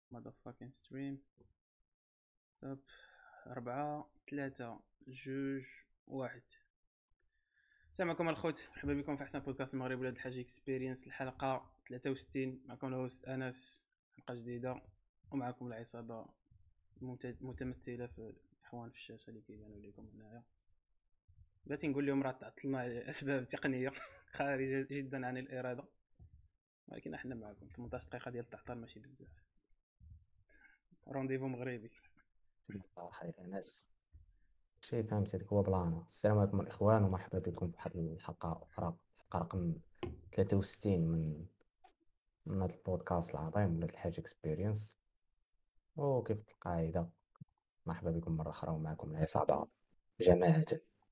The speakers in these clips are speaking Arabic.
motherfucking stream. طب 4 3 2 1. السلام عليكم الخوت، مرحبا بكم في احسن بودكاست المغرب ولاد الحاج اكسبيرينس، الحلقه 63. معكم الهوست انس، حلقه جديده ومعكم العصابه متمثله في الاخوان في الشاشه اللي كيبانوا لكم هنايا. بغيت نقول لهم راه تعطل مع اسباب تقنيه خارجه جدا عن الاراده، ولكن احنا معكم. 18 دقيقه ديال التعطيل ماشي بزاف. رونديفو مغربي. خير ناس شي فهمت هذيك هو بلانا. السلام عليكم الاخوان ومرحبا بكم في واحد الحلقه اخرى، حلقه رقم 63 من هذا البودكاست العظيم ولاد الحاج اكسبيرينس. وكيف القاعده مرحبا بكم مره اخرى ومعكم العصابه جماعه.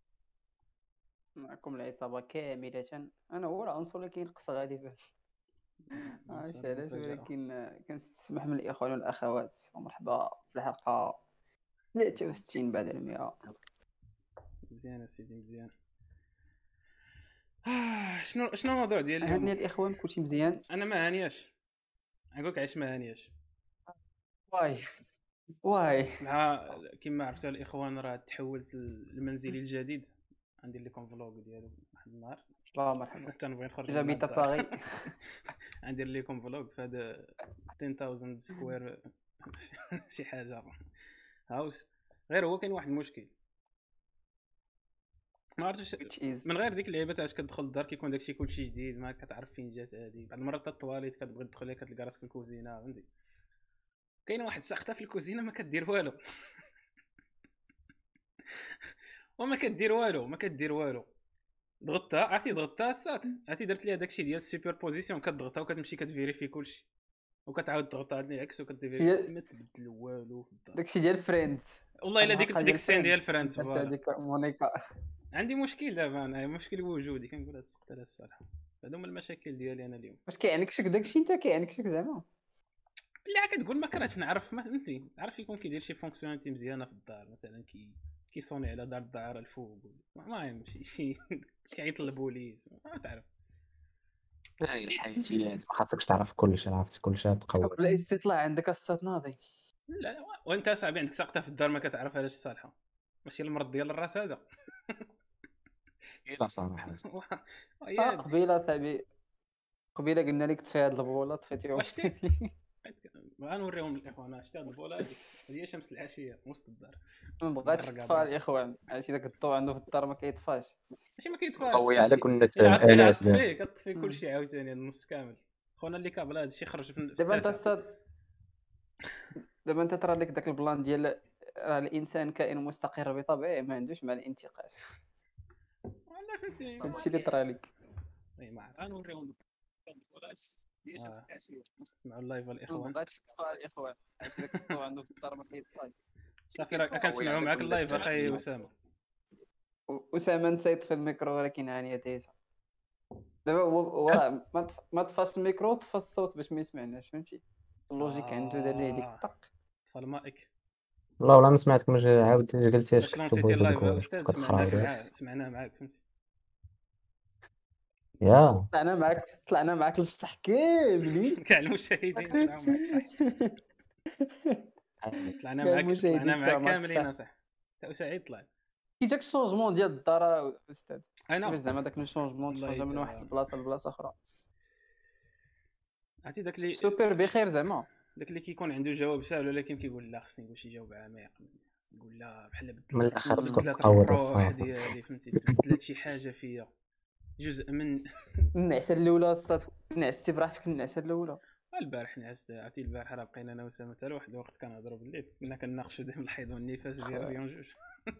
معكم العصابة كاملة. أنا هو العنصر اللي كينقص غالبا. عرفتش علاش، ولكن كنستسمح من الإخوان والأخوات. ومرحبا في الحلقة 63 بعد 100. مزيان سيدي مزيان. شنو الموضوع ديال اليوم؟ هاني الإخوان كلشي مزيان. انا ما هانياش، نقولك علاش ما هانياش. واي مع كما عرفتوا الاخوان راه تحولت للمنزلي الجديد. غندير لكم فلوق ديالو واحد النهار. مرحبا. كنبغي نخرج جابيتا باغي. غندير لكم فلوق في هذا 10000 سكوير شي حاجه هاوس. غير هو كاين واحد المشكل، ما عرفتش من غير ديك اللعيبه تاع كتدخل للدار كيكون داكشي كلشي جديد، ما كتعرف فين جات هذه. بعض المرات الطواليت كتبغي تدخل ليها كتلقى راسك في الكوزينه، فهمتي؟ كاينه واحد السخته في الكوزينه ما كدير والو وما كدير والو ضغطتها، عرفتي ضغطتها الساط، عرفتي درت ليها داكشي ديال السوبر بوزيسيون، كتضغطها وكتمشي كتفيريفي كلشي وكتعاود تضغطها العكس وكتفيريفي. ما تبدل والو في الدار. داكشي ديال فريندز والله الا ديك السين ديال فرانس. هذيك مونيكا. عندي مشكل دابا، انا مشكل وجودي كنقول هاد السقطه على الصراحه. هادو هما المشاكل ديالي انا اليوم. واش كيعنيكش داكشي انت كيعنيكش زعما؟ لا كتقول ما كرهتش نعرف، ما فهمتي، تعرف يكون كيدير شي فونكسيوناليتي مزيانه في الدار، مثلا كيصوني على دار الدعاره الفوق، ما يمشي شي كيعيط للبوليس، ما تعرف. هاي الحياتيات ما خاصكش تعرف كلشي، عرفتي كلشي تقوى. بلا استطلاع عندك استاذ ناضي. لا وانت صاحبي عندك سقطه في الدار ما كتعرف علاش صالحه، ماشي المرض ديال الراس هذا. لا صراحه قبيله صاحبي، قبيله قلنا لك طفي هاد البوله طفيتيهم. واش غنوريهم الاخوان شتي هاد البوله هذه شمس العشيه وسط الدار. ما بغاتش تطفى الاخوان، عرفتي داك الضو عنده في الدار ما كيطفاش. ماشي ما كيطفاش، قوي على كنا انس كتطفي كلشي عاوتاني النص كامل. خونا اللي كابل هادشي خرج في دابا انت الصاد، دابا انت ترى لك داك البلان ديال راه الانسان كائن مستقر بطبعه ما عندوش مع الانتقال. والله فهمتي هادشي اللي طرا لك. اي ما عرفت غنوريهم اسمعوا اللايف الاخوان. ما بغاتش تطفى الاخوان، عرفتي داك الضو عنده في الدار ما كيطفاش. صافي راه كنسمعوا معاك اللايف اخي اسامه نسيت في الميكرو ولكن هانيه ديزا. دابا هو ما طفاش الميكرو، طفى الصوت باش ما يسمعناش، فهمتي اللوجيك عنده دار ليه ديك طق طفى المايك. والله ما سمعتك، ما عاود قلتيها شكون نسيتي اللايف استاذ؟ سمعنا معاك فهمتي. يا طلعنا معاك للسطح كاملين كاع المشاهدين طلعنا معاك كاملين صح. تا سعيد طلع كي جاك الشونجمون ديال الدار استاذ. انا كيفاش زعما داك الشونجمون تفاجا من واحد البلاصه لبلاصه اخرى؟ عرفتي داك اللي سوبر بخير زعما، داك اللي كيكون عنده جواب سهل ولكن كيقول لا خصني نقول شي جواب عميق، نقول لا بحال من الاخر تقوى الروح ديالي فهمتي، بدلات شي حاجه فيا جزء من النعسه الاولى الصاد. نعستي براحتك النعسه الاولى. البارح نعست، عرفتي البارح راه بقينا انا وسامه حتى لواحد الوقت كنهضروا بالليل، كنا كنناقشوا ديال الحيض والنفاس فيرسيون جوج.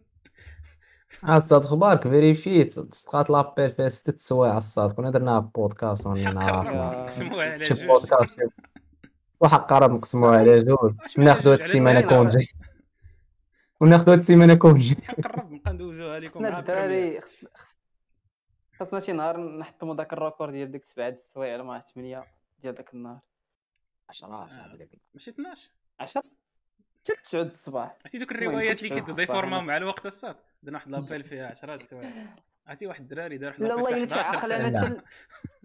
الصاد خبارك فيريفيت تسقط لابيل فيها 6 سوايع الصاد. كنا درنا بودكاست ونينا راسنا نقسموها على شي جوج بودكاست وحق قرب نقسموها على جوج، ناخذوا هاد السيمانه كونجي وناخذوا هاد السيمانه كونجي قرب نبقى ندوزوها لكم مع الدراري. خاصنا شي نهار نحطموا داك الريكورد ديال ديك 7 السوايع ولا ما 8 ديال داك النهار. 10 صاحبي داك ماشي 12 10 حتى 9 الصباح. عرفتي دوك الروايات اللي كيديفورماو مع الوقت الصاد. درنا واحد لابيل فيها 10 السوايع. عرفتي واحد الدراري دار واحد لابيل 11 ساعه.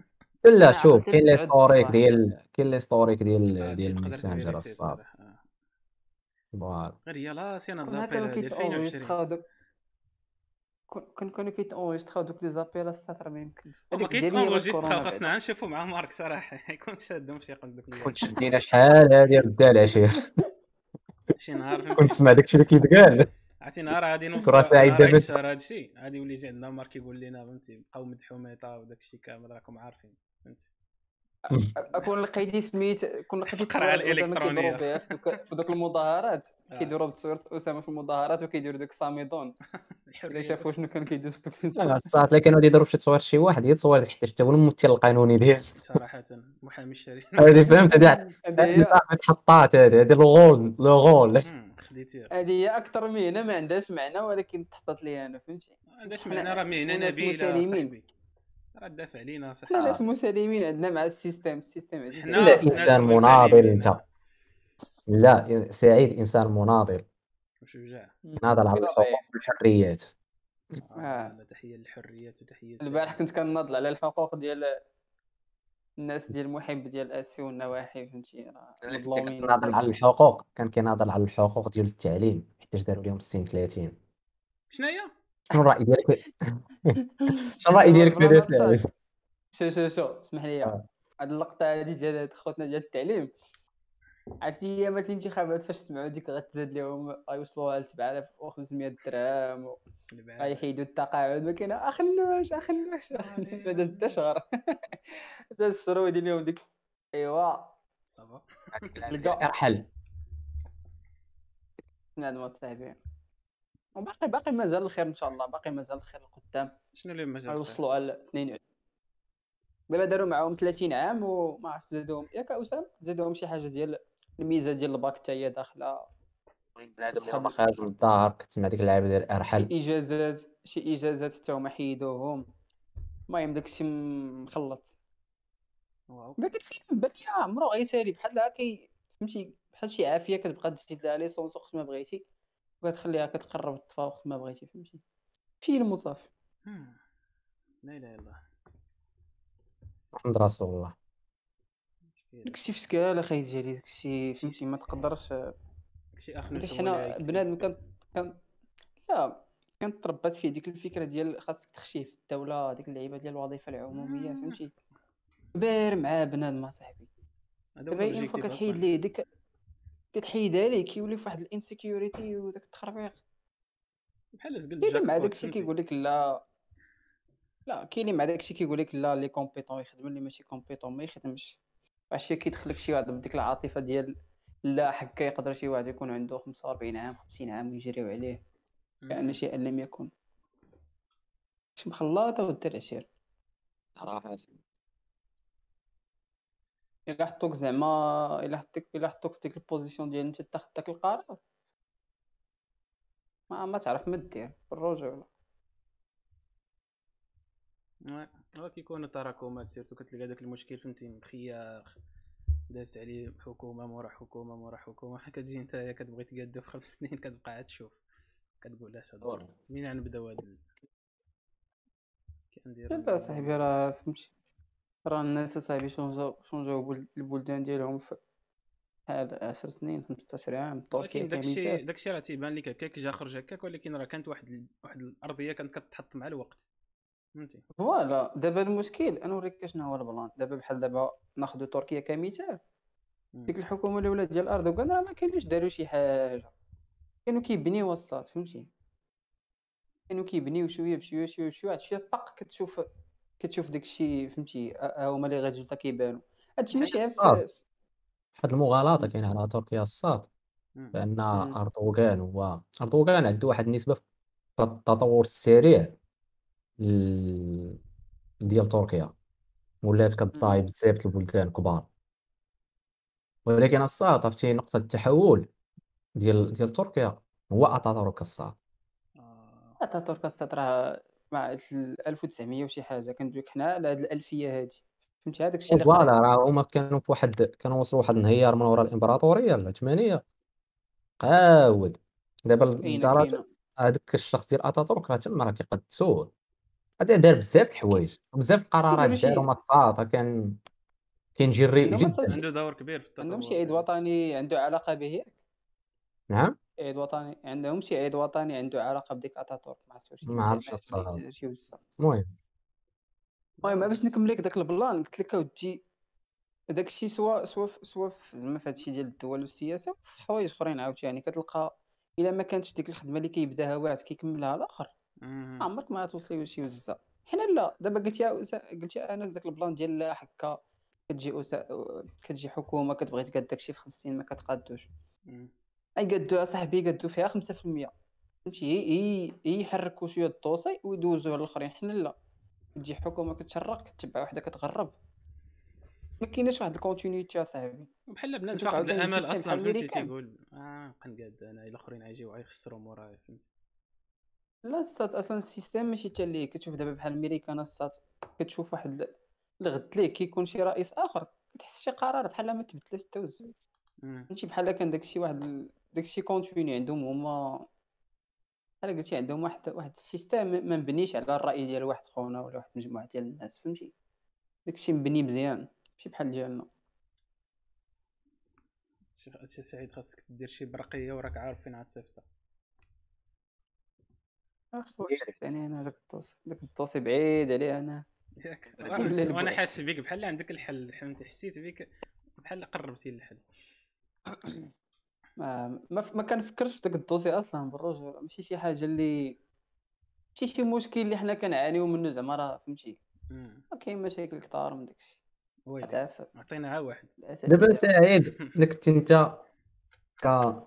لا انا شوف، عقلت كاين لي 9 ستوريك الصباح. هادشي ديال تقدر الميسنجر تفيريفيه الصاد. الصراحه. فوالا غير هي لا سينا كون كانوا لابيل ديال 2020. كيتونجستخاو دوك كانوا كيتونجستخاو دوك لي زابيل السطر ما يمكنش. وما هذيك كيت ديالي هي باش انغوجيسترا كورونا خاصنا بعدا. نشوفوا مع مارك صراحه يكون شادهم شي يقول دوك كنت لي شدينا شحال هادي ردا العشير. شي نهار كنت فهمتي. تسمع داكشي اللي كيتقال. عرفتي نهار غادي كره نوصلوا سعيد نهار دابا. يتشهر هادشي غادي يولي يجي عندنا مارك يقول لنا فهمتي بقاو مدحوا ميتا وداك الشيء كامل راكم عارفين فهمتي. اكون لقيتي سميت كون لقيتي القرعه تصوير اسامه كيضربوا الالكترونيه. بها في دوك المظاهرات، آه. كيديروا بتصوير اسامه في المظاهرات وكيديروا داك ساميدون. الا الحريه شافوا شنو كان كيدوز في دوك الصات اللي كانوا يضرب شي تصوير شي واحد هي تصوير حتى هو الممثل القانوني ديال صراحه محامي الشريف. هادي، فهمت؟ هذه هادي هي صاحبي تحطات، هادي لو غول. خديتيها. هذه هي اكثر مهنه ما عندهاش معنى ولكن تحطت لي انا، فهمتي. ما عندهاش معنى حنا راه مهنه وناس نبيله مسالمين، صاحبي. راه دافع علينا حنا صح. ناس مسالمين عندنا مع السيستم عزيز حنا علينا. لا، ناس انسان مناضل مسالمين. انت. لا سعيد انسان مناضل، وشجاع. ناضل على بطبيعي. الحقوق والحريات. آه. تحيه للحريات وتحيه البارح كنت كنناضل على الحقوق ديال الناس ديال المحب ديال اسفي والنواحي، فهمتي، راه انا كنت مظلومين كناضل على مساكين. الحقوق، كان كيناضل على الحقوق ديال التعليم حيت داروا لهم السن 30. شنو هي؟ شنو الراي ديالك؟ شنو الراي ديالك في بلا هذا ما تصاد. سعيد؟ شو اسمح لي، هاد اللقطه هادي ديال هاد خوتنا ديال التعليم، عرفتي ايامات الانتخابات فاش سمعوا ديك غتزاد لهم غيوصلوها ل 7500 درهم غيحيدوا التقاعد، ما كاين اخنوش هذا 6 شهر هذا الشهر يدير لهم ديك. ايوا صافا. لقى ارحل. بنادم صاحبي، وباقي مازال الخير ان شاء الله، باقي مازال الخير القدام. شنو اللي مازال غيوصلوا على 22. دابا داروا معاهم 30 عام وما عرفتش زادوهم ياك اسامه، زادوهم شي حاجه ديال الميزه ديال الباك حتى هي داخله. بنادم اللي خارج من الدار كتسمع ديك اللعبه ديال ارحل. شي اجازات حتى هما حيدوهم. المهم داكشي مخلط. واو. داك الفيلم بان لي عمرو غيسالي بحال هكا، فهمتي، بحال شي عافيه كتبقى تزيد لها ليسونس وقت ما بغيتي وكتخليها كتقرب الطفا وقت ما بغيتي، فهمتي، فيلم وصافي. لا اله الا الله. محمد رسول الله. داكشي في سكاله اخاي ديالي، داكشي فهمتي ما تقدرش. شي اخ حيت نجوم ولا حنا بنادم كان لا كانت تربات فيه ديك الفكره ديال خاصك تخشي في الدوله، ديك اللعيبه ديال الوظيفه العموميه، فهمتي، بار مع بنادم صاحبي. هذا هو دابا اين فوا لوبجيكتيف كتحيد اصلا. ليه ديك، كتحيدها ليه كيولي فواحد الانسيكيوريتي وداك التخربيق. بحال زقل كاين اللي مع الجاكبوت داكشي فهمتي. كيقول لك لا، كاين اللي مع داكشي كيقول لك لا لي كومبيتون يخدم، اللي ماشي كومبيتون ما يخدمش. عرفتي كيدخلك شي واحد بديك العاطفه ديال لا حكا يقدر شي واحد يكون عنده 45 عام 50 عام ويجريو عليه كأن شيئا لم يكن. شي مخلطه ودار العشير. صراحه الا حطوك زعما الا حطوك في ديك البوزيسيون ديال انت تاخذ داك القرار، ما تعرف ما دير بالرجوله. هو كيكونوا تراكمات سيرتو كتلقى داك المشكل فهمتي مخياخ داز عليه حكومه مورا حكومه مورا حكومه، كتجي نتايا كتبغي تقادو في 5 سنين كتبقى عاد تشوف كتقول اش هاد منين غنبداو هاد كنديروا لا صاحبي راه فهمتي، راه الناس صاحبي شونجاو البلدان ديالهم في هاد 10 سنين 15 عام. تركيا ولكن كمثال. داكشي راه تيبان لك هكاك جا خرج هكاك، ولكن راه كانت واحد الارضيه كانت كتحط مع الوقت فهمتي. فوالا دابا المشكل انا نوريك شنو هو البلان. دابا بحال دابا ناخذ تركيا كمثال، ديك الحكومه الاولى ديال اردوغان راه ما كانوش داروا شي حاجه، كانوا كيبنيو الصاد، فهمتي، كانوا كيبنيو شويه بشويه شويه بشويه عاد شويه طق كتشوف داكشي، فهمتي، ها هما لي ريزولتا كيبانوا. هادشي ماشي عيب الصاد واحد المغالطه كاينه على تركيا الصاد، بان اردوغان عنده واحد النسبه في التطور السريع ديال تركيا، ولات كطاي بزاف د البلدان كبار. ولكن الصاد عرفتي نقطه التحول ديال تركيا هو اتاتورك الصاد. اتاتورك الصاد راه مع 1900 وشي حاجه كندويك حنا على هاد الالفيه هادي، فهمتي، هذاك الشيء اللي فوالا قريب. راه هما كانوا وصلوا واحد الانهيار من وراء الامبراطوريه العثمانيه قاود. دابا كاينه لدرجه هذاك الشخص ديال اتاتورك راه تما راه كيقدسوه، هذا دار بزاف د الحوايج وبزاف د القرارات كيديروا دار شي ومصاطة كان جريء عندهم جدا. عنده دور كبير في عندهم التطور شي عيد ديال هادشي. وطني عنده علاقة به ياك؟ نعم عيد وطني عندهم شي عيد وطني عنده علاقة بديك اتاتورك، ما عرفتش واش ما عرفتش الجامعات ولا الصراحة. يدير شي وزة. المهم المهم باش نكمل لك داك البلان قلت لك اودي داك الشيء سوا زعما في هادشي ديال الدول والسياسة وفي حوايج اخرين عاوتاني كتلقى الا ما كانتش ديك الخدمة اللي كيبداها واحد كيكملها الاخر عمرك ما غتوصلي لشي وزة. حنا لا دابا قلتي انا داك البلان ديال لا هكا كتجي حكومة كتبغي تقاد داكشي في 5 سنين ما كتقادوش، اي قادو صاحبي قادو فيها 5%، فهمتي؟ هي يحركوا شويه الدوسي ويدوزوه للاخرين. حنا لا تجي حكومه كتشرق كتبع وحده كتغرب، ما كايناش واحد الكونتينيتي اصاحبي. بحال بنادم كتشوف فاقد عاوتاني الامل السيستم اصلا، بحال فهمتي؟ الامريكان. تيقول كنقاد انا، الاخرين غيجيو غيخسروا مورايا، فهمتي؟ لا السات اصلا السيستم ماشي حتى اللي كتشوف دابا بحال الامريكان السات كتشوف واحد الغد ليه كيكون شي رئيس اخر كتحس شي قرار بحال ما تبدلش التوز، فهمتي؟ بحال كان داكشي واحد داكشي كونتيني عندهم هما، بحال قلتي عندهم واحد السيستم ما مبنيش على الراي ديال واحد خونا ولا واحد مجموعه ديال الناس، فهمتي؟ داكشي مبني مزيان ماشي بحال ديالنا. هادشي سعيد، خاصك دير شي برقيه وراك عارف فين غتصيفطها. يعني انا داك الدوسي بعيد عليه انا. ياك ولا وانا البعد. حاسس بك بحال عندك الحل، فهمتي؟ حسيت بك بحال قربتي للحل. ما كنفكرش في داك الدوسي اصلا بالرجوله، ماشي شي حاجه اللي ماشي شي مشكل اللي حنا كنعانيو منه زعما راه، فهمتي؟ كاين مشاكل كثار من داكشي ويلي تعرف عطينا عا واحد. دابا الاساتذه. سعيد إلا كنت انت ك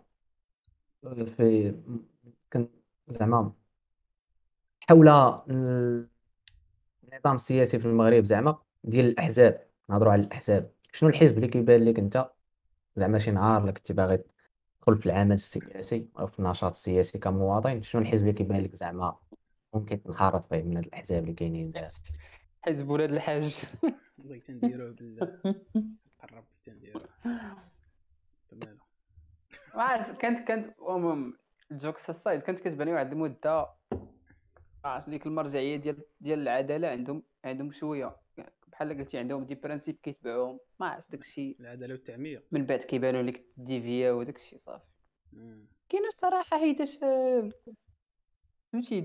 في كن زعما حول النظام السياسي في المغرب زعما ديال الاحزاب، نهضروا على الاحزاب، شنو الحزب اللي كيبان لك انت زعما شي نهار الا كنتي باغي تدخل في العمل السياسي او في النشاط السياسي كمواطن، شنو الحزب اللي كيبان لك زعما ممكن تنخرط فيه من هاد الاحزاب اللي كاينين دابا؟ حزب ولاد الحاج. والله تنديروه بالله، قرب تنديروه تمالو. كانت المهم الجوكس السايد كانت كتبان لي واحد المده ديك المرجعيه ديال العداله عندهم شويه بحال قلتي عندهم دي برانسيب كيتبعوهم، ما عرفت داكشي العداله والتعميه. من بعد كيبانوا لك ديفيا وداكشي صافي. كاين الصراحه حيتاش فهمتي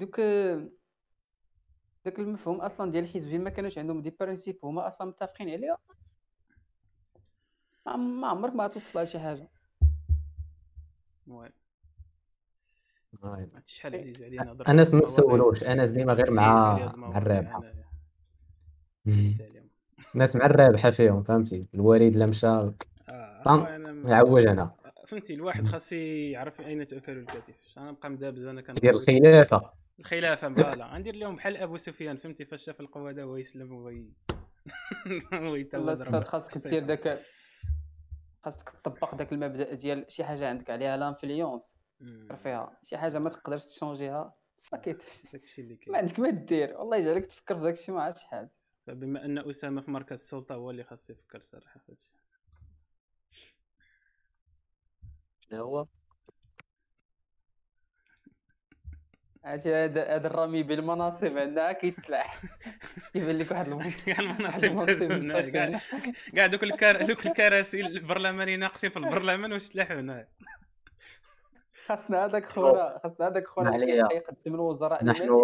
داك المفهوم اصلا ديال الحزب ما كانوش عندهم دي برانسيب هما اصلا متفقين عليها، ما عمرك ما توصل لشي حاجه. المهم طيب. عرفتي شحال عزيز عليا نهضر في انس هاد ما المواضيع، تسولوش، انس ديما غير عزيز عليا هاد مع المواضيع الرابحه. انايا. انت عليهم. الناس مع الرابحه فيهم، فهمتي؟ الوالد لا مشى طن انا نعوج انا فهمتي الواحد خاص يعرف اين تؤكل الكتف. انا نبقى مدابز انا ديال كنقود الخلافه. الخلافه فوالا، غندير لهم بحال ابو سفيان، فهمتي؟ فاش شاف القواده هو يسلم هو لا يتوضر استاذ خاصك دير خصيصا. خاصك تطبق داك المبدا ديال شي حاجه عندك عليها لانفلونس فيها شي حاجه ما تقدرش تشونجيها صاكيت. داكشي اللي ما كاين. عندك ما دير والله يجعلك تفكر في داكشي ما عرفتش شحال. فبما ان اسامه في مركز السلطه هو اللي خاص يفكر صراحه في هادشي. شنو هو؟ عرفتي هذا الرمي بالمناصب عندها كيتلع. كيبان لك واحد كاع واحد المناصب المنصب تهزو هنايا، مصيفط هنا. كاع دوك الكراسي البرلماني ناقصين في البرلمان واش تلاحوا هنايا. خاصنا هذاك خونا اسمع اللي لي، كيقدم الوزراء نحن الماليه.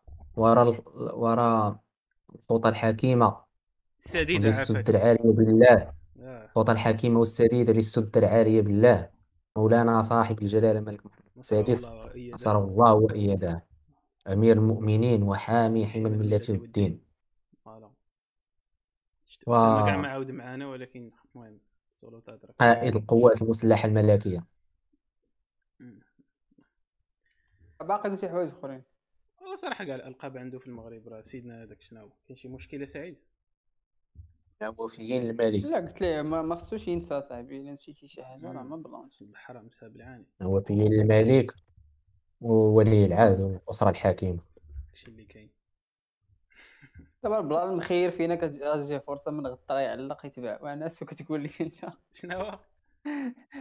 وراء الخطى الحكيمه السديده وللسد عافاك. العاليه بالله، آه. الخطى الحكيمه والسديده للسد العاليه بالله، مولانا صاحب الجلاله الملك محمد نصره السادس الله وإيده. نصره الله وإيده، أمير المؤمنين وحامي حمى الملة الملة والدين. فوالا. و اسامه كاع ما عاود معانا، ولكن المهم السلطات راه قائد القوات المسلحة الملكية. باقي شي حوايج اخرين. هو صراحه كاع الالقاب عنده في المغرب راه سيدنا هذاك شنو كاين شي مشكله سعيد؟ وفيين الملك. لا قلت ليه ما خصوش ينسى صاحبي، الا نسيتي شي حاجه راه ما بلانش. الحرام ساب العاني. هو وفيين الملك وولي العهد والأسرة الحكيمة. داكشي اللي كاين. دابا البلان المخير فينا كتجي فرصه من غدا يعلق يتبع مع ناس وكتقول لك انت. شنو هو؟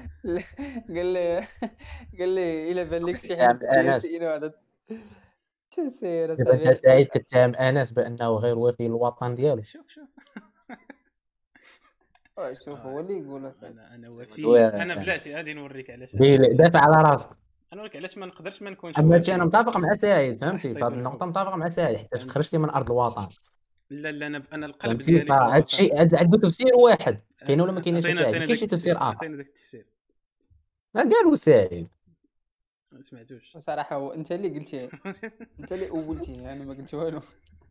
قال لي الا بان لك شي تعمل حزب أنس سياسي هذا تسير دابا انت صاحبي. سعيد كتهم انس بانه غير وفي للوطن ديالو. شوف شوف هو اللي يقول صاحبي. انا دوا- وفي، انا بلاتي غادي نوريك علاش انا دير وفي. دافع على راسك. انا نوريك علاش ما نقدرش ما نكونش اما وفي. انا متفق مع سعيد فهمتي، في حطيته هذه النقطه الفوق. متفق مع سعيد حيت خرجتي من ارض الوطن لا انا القلب فهمتي. ديالي في فهذا الوطن. الشيء عنده تفسير واحد، كاين ولا ما كاينش عطينا سعيد؟ عطينا كاين داك شي تفسير التفسير، اخر عطينا داك التفسير. ما قالوا سعيد. ما سمعتوش. بصراحه هو انت اللي قلتيه، انت اللي اولتيه، انا ما قلت والو.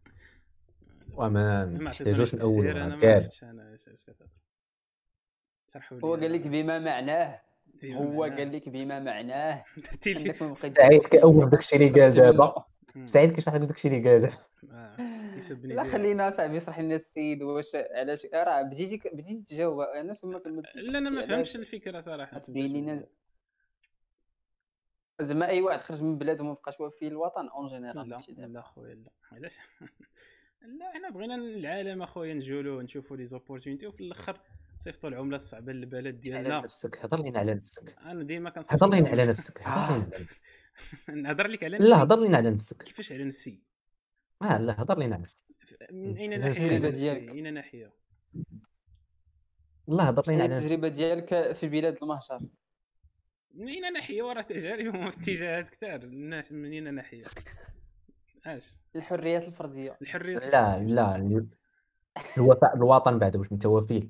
وما ما نحتاجوش عطيتونيش نأولوا التفسير، انا راه ما قال. عرفتش انا اش كتهضر. شرحوا لي. هو قال لك بما معناه، بما هو معناه. قال لك بما معناه درتي لي. انك ما بقيتش سعيد تفهم كأول داكشي اللي قال تخرجتي منه. دابا. سعيد كيشرح لك داكشي اللي قال دابا. يسبني لا ديريكت. خلينا صاحبي يشرح لنا السيد واش علاش راه بديتي تجاوب انس وما كملتيش. لا انا ما علاش فهمتش الفكره صراحه. تبين لنا زعما اي واحد خرج من بلاد وما بقاش وفي الوطن اون جينيرال لا ماشي لا دابا. خويا لا علاش. لا حنا بغينا العالم اخويا نجولو نشوفوا لي زوبورتونيتي وفي الاخر صيفطوا العمله الصعبه للبلد على ديالنا. نفسك، هضر لينا على نفسك، انا ديما كنصيفط هضر لينا العملة. على نفسك، هضر لينا على نفسك. نهضر لك على لا نفسي. هضر لينا على نفسك. كيفاش على نفسي؟ لا هضر لينا على نفسك. من اين على ناحيه التجربة على نفسي؟ ديالك. اين ناحيه؟ لا هضر شنو لينا هي على نفسك. التجربه ديالك في بلاد المهجر؟ من اين ناحيه؟ وراه تجارب في اتجاهات كثار. من اين ناحيه؟ اش الحريات الفرديه. الحريه؟ لا الوفاء بالوطن بعد واش انت وفي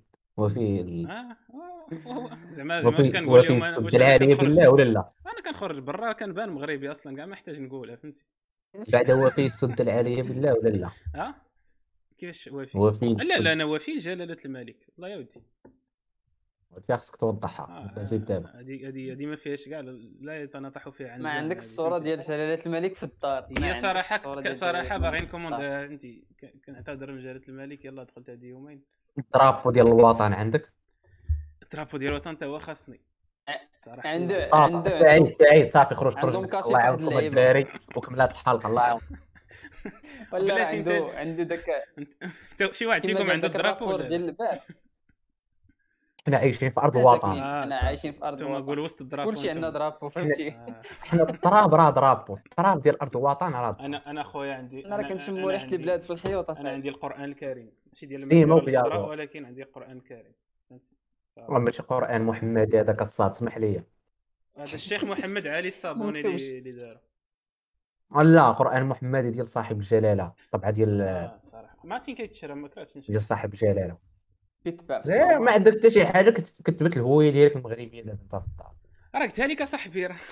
زعما واش كنقول وفي لهم السد واش انا العاليه كنخرج؟ بالله ولا لا؟ انا كنخرج برا كنبان مغربي اصلا كاع ما احتاج نقولها فهمتي. بعد وفي السد العاليه بالله ولا لا؟ كيفاش وافي؟ وفي لا انا وافي جلاله الملك الله يا ودي. خاصك توضحها زيد دابا. هذه ما فيهاش كاع لا يتناطح فيها عن ما زعم عندك هذه، الصوره فهمتي؟ ديال جلاله الملك في الدار؟ ما هي عندك صراحه الصورة ديال صراحه جلالة باغي الملك في نكوموند الدار. انت كنعتذر من جلاله الملك. يلا دخلت هذه يومين. الدرابو ديال الوطن عندك؟ الترابو ديال الوطن تا هو خاصني صراحه. عنده سعيد صافي خرج عندهم كاشي الله في واحد يعاونكم اللعيبة. الدراري وكملات الحلقه الله يعاون. ولا راه بلاتي عنده داك شي واحد كيما فيكم عنده داك الدرابو الرابور ولا ديال البال. حنا عايشين في ارض حنا الوطن. ساكنين حنا عايشين في ارض انتم قول الوطن، وسط الدرابو. كلشي عندنا درابو فهمتي. حنا التراب راه درابو، التراب ديال ارض الوطن راه انا خويا عندي انا كنشمو ريحه البلاد في الحيوط انا اصاحبي. عندي القران الكريم ماشي ديال سيما المسيره وبياض. الخضراء ولكن عندي القران الكريم فهمتي. ماشي قران محمدي هذاك الصاد اسمح لي. هذا الشيخ محمد علي الصابوني مكتوبش. اللي دار. لا قران محمدي ديال صاحب الجلاله، طبعا ديال صراحه ما عرفت فين كيتشرى، ما كرهتش نشري. ديال صاحب الجلاله. كيتباع في لا ما السوبر. عندك حتى شي حاجه كتثبت الهويه ديالك المغربيه دابا انت في الدار. راه قلتها لك اصاحبي راه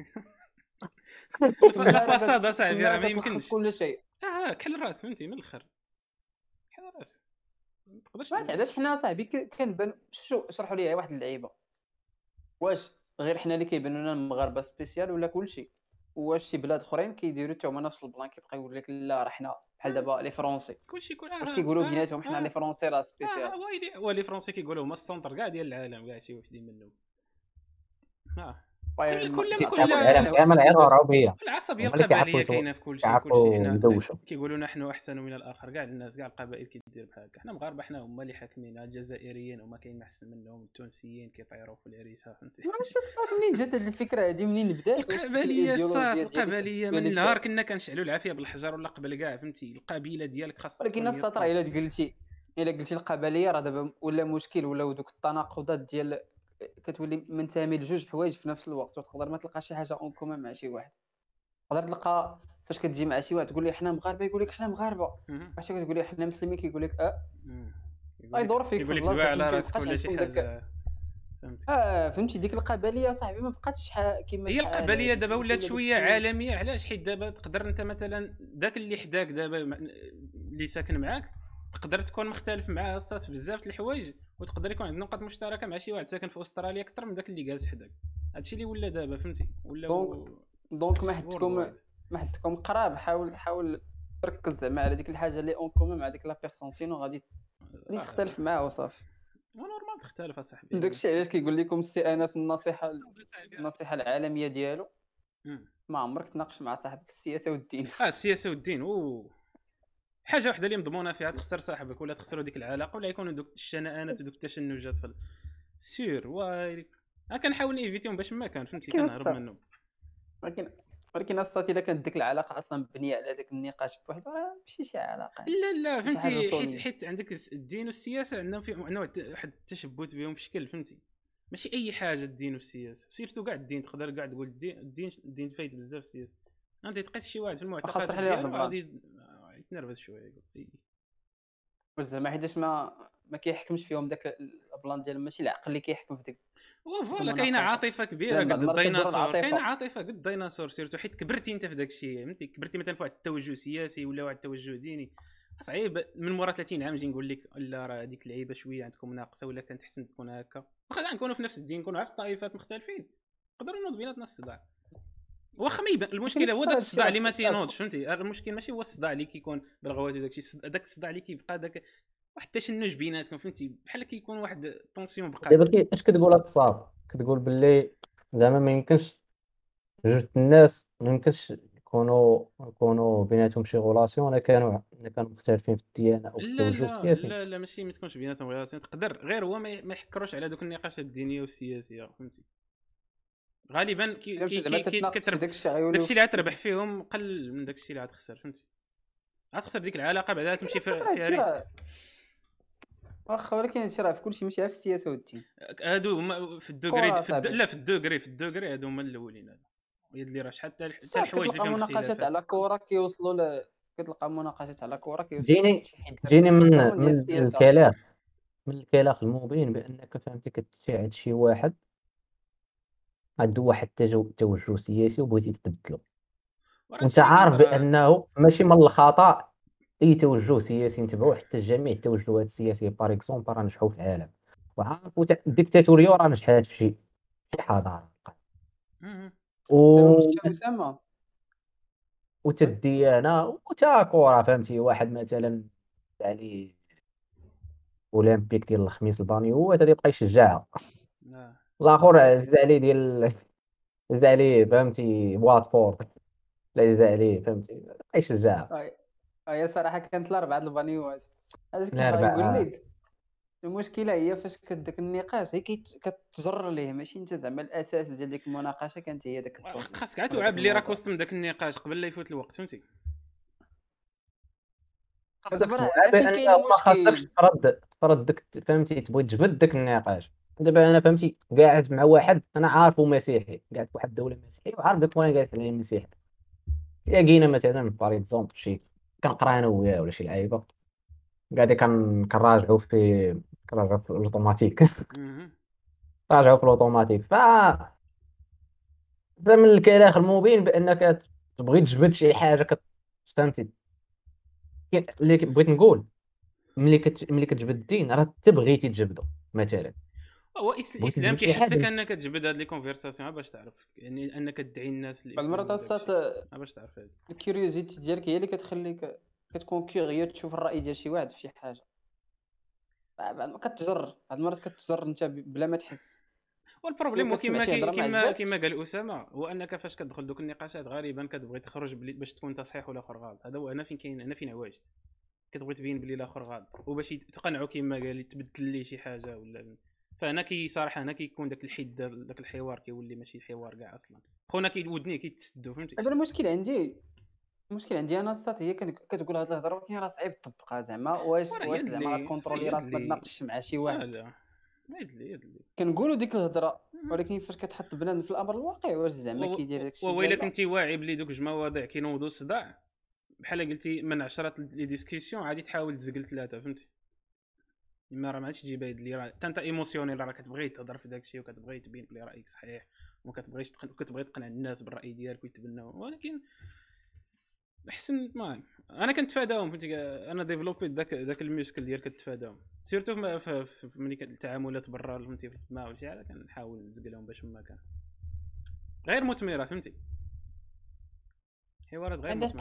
لا فساد اصاحبي راه ما يمكنش. كل شيء كحل الراس فهمتي من الاخر كحل الراس ما تقدرش. ما علاش حنا صاحبي كنبان شو شرحوا لي واحد اللعيبه، واش غير حنا اللي كيبانوا لنا المغاربه سبيسيال ولا كلشي؟ واش شي بلاد اخرين كيديروا حتى هما نفس البلان كيبقى يقول لك لا راه حنا بحال دابا لي فرونسي كلشي كل واش كيقولوا بيناتهم حنا لي فرونسي راه سبيسيال؟ ولي فرونسي كيقولوا هما السونتر كاع ديال العالم كاع شي وحدين منهم. كامل غير عربيه العصبيه القبليه كاينه في كل شيء. هنا كيقولوا نحن احسن من الاخر. كاع الناس كاع القبائل كيدير بحال هكا. حنا مغاربه حنا هما اللي حاكمين. الجزائريين هما كاين احسن منهم، التونسيين كيطيروا في العريسه فهمتي. واش الصاد منين جات هذه الفكره هذه منين بدات؟ القبليه الصاد القبليه من نهار كنا كنشعلوا العافيه بالحجر ولا قبل كاع فهمتي. القبيله ديالك خاصها. ولكن السطر الا قلتي القبليه راه دابا ولا مشكل، ولا دوك التناقضات ديال كتولي منتمي لجوج حوايج في نفس الوقت، وتقدر ما تلقى شي حاجه اون كومون مع شي واحد. تقدر تلقى فاش كتجي مع شي واحد تقول لي حنا مغاربه يقول لك حنا مغاربه، فاش كتقول لي حنا مسلمين كيقول لك يدور فيك في البلاصه على راسك ولا شي حاجه فهمتي. فهمتي ديك القبليه صاحبي ما بقاتش كيما هي القبليه دابا ولات شويه عالميه. علاش؟ حيت دابا تقدر انت مثلا داك اللي حداك دابا اللي ساكن معاك تقدر تكون مختلف معاه الصات بزاف د الحوايج، وتقدر يكون عندنا نقاط مشتركه مع شي واحد ساكن في استراليا اكثر من داك اللي جالس حداك. هادشي اللي ولا دابا فهمتي. ولا دونك ما حدكم قراب. حاول تركز زعما على ديك الحاجه اللي اون كومون مع ديك لا بيرسون، سينو غادي تختلف معاه وصافي. نورمال تختلف اصاحبي. داكشي علاش كيقول لكم السي انس النصيحه العالميه ديالو ما عمرك تناقش مع صاحبك السياسه والدين. السياسه والدين حاجه وحده اللي مضمونه فيها تخسر صاحبك ولا تخسروا ديك العلاقه ولا يكونوا دوك الشنآنات ودوك التشنجات في سير. كنحاول نيفيتيهم باش ما كان فهمتي كنهرب منهم. ولكن ولكن اصلا الا كانت ديك العلاقه اصلا مبنيه على داك النقاش بوحدو راه ماشي شي علاقه، لا لا شي حاجه فهمتي، سوليد. حيت عندك الدين والسياسه عندنا في نوع واحد التشبث بهم في شكل، فهمتي؟ ماشي اي حاجه الدين والسياسه، سيرتو كاع الدين تقدر كاع تقول الدين فايت بزاف السياسه. انت تقيس شي واحد في واخا المعتقدات تصرح لي واحد ديالو البلان، غادي يتنرفز شويه يقول واش زعما حيتاش ما كيحكمش فيهم داك البلان ديال ماشي العقل اللي كيحكم في ديك فوالا كاينه المناقشه، عاطفه كبيره لان بعض قد المرات كتجر الديناصور، كاينه العاطفه. عاطفه قد الديناصور، سيرتو حيت كبرتي انت في داك الشيء، فهمتي؟ كبرتي مثلا في واحد التوجه سياسي ولا واحد التوجه ديني، صعيب من مورا 30 عام نجي نقول لك لا راه هذيك اللعيبه شويه عندكم ناقصه ولا كانت احسن تكون هكا. واخا نكونوا في نفس الدين، نكونوا في طائفات مختلفين، نقدروا نوض بيناتنا الصداع. واخا ما يبان المشكله هو داك الصداع اللي ما تينوضش، فهمتي؟ المشكل ماشي هو الصداع اللي كيكون بالغوات وداك الشيء، داك الصداع اللي كيبقى داك واحد التشنج بيناتكم، فهمتي؟ بحال كيكون واحد طونسيون بقى. دابا اش كتقول الصاف؟ كتقول باللي زعما ما يمكنش جوج الناس ما يمكنش يكونوا بيناتهم شي غولاسيون الا كانوا مختلفين في الديانه او في لا التوجه لا السياسي. لا لا ماشي ما تكونش بيناتهم غير تقدر غير هو ما يحكروش على دوك النقاشات الدينيه والسياسيه، فهمتي؟ غالبا الا مشيت زعما تتناقش في داك الشيء غيوليو داكشي اللي غتربح فيهم قل من داكشي اللي غتخسر، فهمتي؟ غتخسر ديك العلاقه بعدا تمشي فيها ريسك. واخا ولكن هادشي راه في كلشي ماشي في السياسه والدين. هادو هما في الدوغري لا في الدوغري هادو هما الاولين. هادو يد لي راه شحال حتى الحوايج اللي كتلقى فيهم مناقشات على كره كيوصلوا كتلقى مناقشات على كره كيوصلوا تجيني لشي حد تجيني اكثر ديال السياسه. من الكلاخ المبين بانك فهمتي كتشاهد شي واحد عنده واحد توجه سياسي وبغيتي تبدلو، وانت عارف بانه ماشي من الخطا اي توجه سياسي نتبعوه، حتى جميع التوجهات السياسيه بار اكزومبل راه نجحوا في العالم، وعارف الديكتاتوريه راه نجحات في شي حضاره المشكل اسامه وتديانه وتاكورا، فهمتي؟ واحد مثلا عليه اولمبيك ديال الخميس الباني هو غادي يبقى يشجعها، الاخر زاد عليه زاد عليه فهمتي واتفورد، لا زاد عليه فهمتي يبقى يشجعها. هي صراحه كانت الاربعه البانيوات. هذا كنت باغي الاربعه نقول لك المشكله هي فاش كداك النقاش هي كتجر ليه، ماشي انت زعما الاساس ديال ديك المناقشه كانت هي داك التوصيل. خاصك عاد توعى بلي راك وسط من داك النقاش قبل لا يفوت الوقت، فهمتي؟ دابا راه فين كاين المشكل؟ تفرض داك فهمتي تبغي تجبد داك النقاش. دابا انا فهمتي قاعد مع واحد انا عارفه مسيحي، قاعد في واحد الدوله مسيحيه وعارف داك وانا قاعد عليه مسيحي، تلاقينا مثلا بار اكزومبل شي كنقرا انا وياه ولا شي لعيبه قاعدين كنراجعوا في الاوتوماتيك راجعوا في الاوتوماتيك من الكلام المبين بانك تبغي تجبد شي حاجه فهمتي؟ اللي بغيت نقول ملي كتجبد الدين راه تبغيتي تجبدو مثلا. هو الاسلام كيحثك انك تجبد هاد لي كونفرساسيون باش تعرف، يعني انك تدعي الناس بعض المرات باش تعرف هذا الكيوريوزيتي ديالك هي اللي كتخليك كتكون كيوريو تشوف الراي ديال شي واحد في شي حاجه. بعد ما كتجر بعض المرات كتجر انت بلا ما تحس. والبروبليم هو كما قال اسامه هو انك فاش كتدخل دوك النقاشات غالبا كتبغي تخرج باش تكون تصحيح ولا اخر غلط. هذا هو انا فين عواجت كتبغي تبين بلي الاخر غلط وباش تقنعوا كما قال تبدل ليه شي حاجه ولا. فانا صراحه انا كيكون داك الحد داك الحوار كيولي ماشي حوار كاع اصلا، خونا ودنيه كيتسدوا، فهمتي؟ دابا المشكل عندي انا الصات هي كتقول هاد الهضره ولكن راه صعيب تطبقها زعما واش زعما غتكونترولي راسك ما تناقشش مع شي واحد. لا يدلي كنقولوا ديك الهضره ولكن فاش كتحط بنادم في الامر الواقع واش زعما كيدير داكشي. وإلا كنتي واعي بلي دوك جوج مواضيع كينوضوا الصداع بحال قلتي من 10 لي ديسكسيون عادي تحاول تزقل 3، فهمتي؟ ما راه ما عادش تجي بايد لي راه انت ايموسيونيل راه كتبغي تهضر في داكشي وكتبغي تبين بلي رايك صحيح وما كتبغيش كتبغي تقنع الناس بالراي ديالك ويتبناو، ولكن احسن ما انا كنتفاداهم، فهمتي؟ انا ديفلوبيت داك الميوسكل ديال كتفاداهم سيرتو ملي التعاملات برا، فهمتي؟ في الخدمه ولا شي حاجه كنحاول نزقلهم باش ما كان غير مثمره، فهمتي؟ حوارات غير مثمره.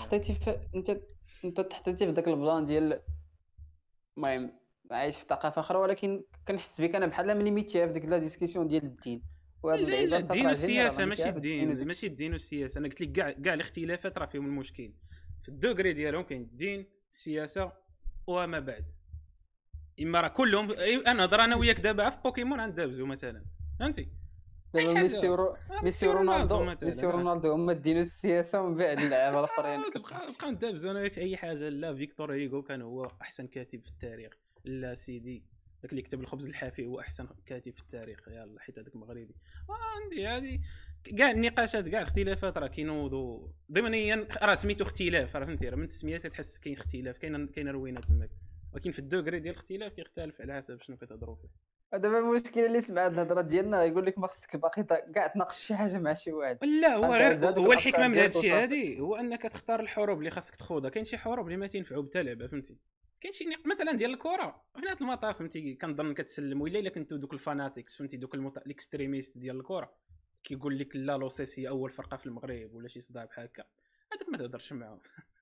انت تحطيتي في داك البلان ديال المهم عايش في ثقافه اخرى، ولكن كنحس بك انا بحال من ليميتيها في ديك لا ديسكسيون ديال الدين وهاد اللعيبه. الدين والسياسه ماشي الدين والسياسه. انا قلت لك كاع الاختلافات راه فيهم المشكل في الدوغري ديالهم. كاين الدين السياسه وما بعد اما راه كلهم. انا نهضر انا وياك دابا في بوكيمون عند دابزو مثلا، فهمتي؟ دابا حاجة. ميسي ميسي ورونالدو ميسي مثلا ورونالدو هما دينوا السياسه ومن بعد اللعابه الاخرين تبقى ندابزو انا اي حاجه. لا فيكتور هيغو كان هو احسن كاتب في التاريخ. لا سيدي داك اللي كتب الخبز الحافي هو احسن كاتب في التاريخ. يلا حيت هذاك مغربي. عندي هذه كاع النقاشات كاع الاختلافات راه كينوضوا ضمنيا. راه سميتو اختلاف، راه فهمتي، راه من التسميات تحس كاين اختلاف، كاين روينه تماك، ولكن في الدوغري ديال الاختلاف كيختلف على حسب شنو كتهضروا فيه. دابا المشكله اللي سمع هاد الهضره ديالنا يقول لك ما خصك باقي كاع تناقش شي حاجه مع شي واحد. لا هو انت غير هز هادوك هو الافكار الحكمه من هذا ديالك الشيء وصافي. هذه هو انك تختار الحروب اللي خاصك تخوضها. كاين شي حروب اللي ما تنفعوا بتا لعبه، فهمتي. كاين شي مثلا ديال الكره في نهايه المطاف، فهمتي، كنظن كتسلم. ولا كنتو دوك الفاناتيكس، فهمتي، دوك الاكستريميست ديال الكره كيقول لك لا لوسيس هي اول فرقه في المغرب ولا شي صداع بحال هكا، هذاك ما تهضرش معاهم.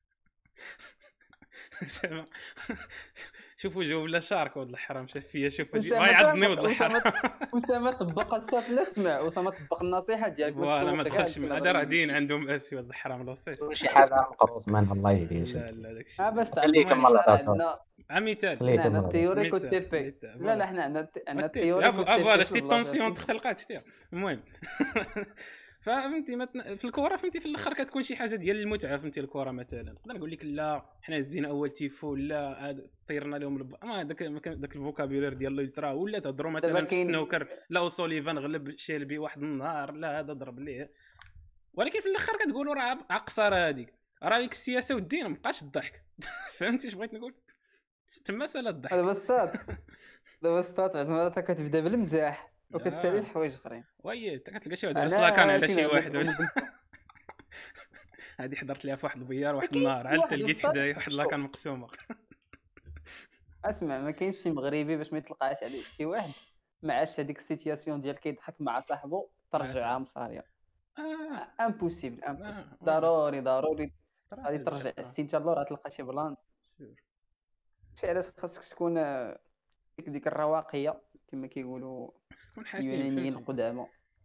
زعما شوفوا جو ولا شارك ولد الحرام شاف فيا، شوف هادي أسامة غيعضني ولد الحرام. اسامه طبق الصوت لا سمع، اسامه طبق النصيحه ديالك ما فوالا ما تصوت كاع تدخلش ديك مع الهضره هذا راه اللي دين قلتي. عندهم اسي ولد الحرام لوسيس. شي حاجه مقروط منها الله يهديه. لا داكشي باش خليه تعلموا يكمل حنا راه الهضره. عندنا مثال خليه حنا يكمل عندنا الهضره. التيوريك مثال والتيبي. لا لا حنا عندنا التيوريك والتيبي فوالا في شتي البلاصه. التونسيون تخلقات شتي. المهم فهمتي في الكره، فهمتي، في الاخر كتكون شي حاجه ديال المتعه، فهمتي. الكره مثلا نقدر نقول لك لا حنا هزينا اول تيفو، لا طيرنا لهم ما داك الفوكابولير ديال الالترا، ولا تهضروا مثلا دابا في كاين السنوكر لا سوليفان غلب شيلبي واحد النهار، لا هذا ضرب ليه. ولكن في الاخر كتقولوا راه عقصره هذيك، راه ليك السياسه والدين ما بقاش الضحك. فهمتي اش بغيت نقول؟ تما سالا الضحك. دابا السات دابا السات عاد مرات كتبدا بالمزاح وكتسالي الحوايج اخرين. وي انت كتلقى شي واحد رسلا كان انا على فين شي واحد علمتكم وقلتكم هذه حضرت ليها في واحد البيار واحد كاين النهار، شي عاد واحد لقيت السات حدايا واحد لا كان مقسومه. اسمع، ما كاينش شي مغربي باش ما يطلقاش عليه شي واحد ما عاش هذيك السيتياسيون ديال كيضحك مع صاحبه ترجعها مخاريه. امبوسيبل ضروري غادي ترجع السينتا اللور تلقى شي بلان. شي علاش خاصك تكون ديك الرواقيه كما كيقولوا تكون حكيم، اليونانيين فهمتي. القدامى.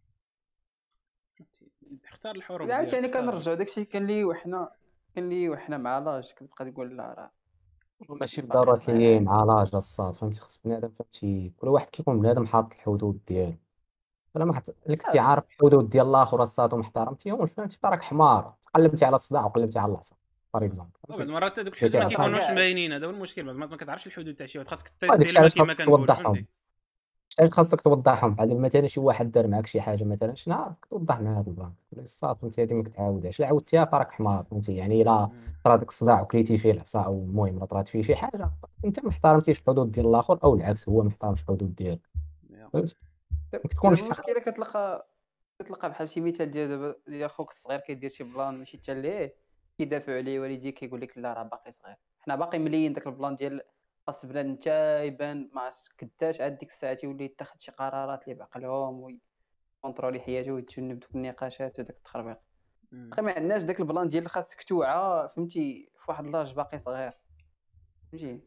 اختار الحروب عاوتاني ديالك. كنرجعوا داكشي كان لي وحنا مع لاج كتبقى تقول لا راه ماشي باقي بالضروره صغير تلي عادي. مع لاج الصاد، فهمتي. خص بنادم، فهمتي، كل واحد كيكون بنادم حاط الحدود ديالو. الا ما الا كنتي صافي عارف الحدود ديال الاخر الصاد وما احترمتيهمش، فهمتي، راك حمار قلبتي على الصداع وقلبتي على العصا بار اكزومبل، بعض فهمتي. المرات هذوك الحدود جيتي ما على صاحبك كيكونوش كاع باينين، هذا هو المشكل. بعض المرات ما كتعرفش الحدود تاع شي واحد، خاصك هذيك تيستي الشيء الماء علاش كما خاصك كنقولوا، توضحهم. فهمتي. علاش خاصك توضحهم بحال مثلا شي واحد دار معاك شي حاجه مثلا شنو عارفك توضح معاه البلان الصاد، فهمتي. هذه ما كتعاودهاش، الا عاودتيها فراك حمار، فهمتي. يعني الا طرا ديك الصداع وكليتي فيه العصا، او المهم الا طرات فيه شي حاجه انت ما احترمتيش الحدود ديال الاخر، او العكس هو ما احترمش الحدود ديالك، فهمتي. ممكن تكون دابا المشكله كتلقى بحال شي مثال ديال خوك الصغير كيدير شي بلان ماشي حتى ليه كيدافعوا عليه والديه كيقول لك لا راه باقي صغير. حنا باقي مليين داك البلان ديال خاص بنادم انت يبان ما عرفتش كداش عاد ديك الساعه تيولي يتخذ شي قرارات اللي بعقلهم ويكونترولي حياته ويتجنب دوك النقاشات وداك التخربيق. ما عندناش داك البلان ديال خاصك توعى، فهمتي، في واحد لاج باقي صغير، فهمتي.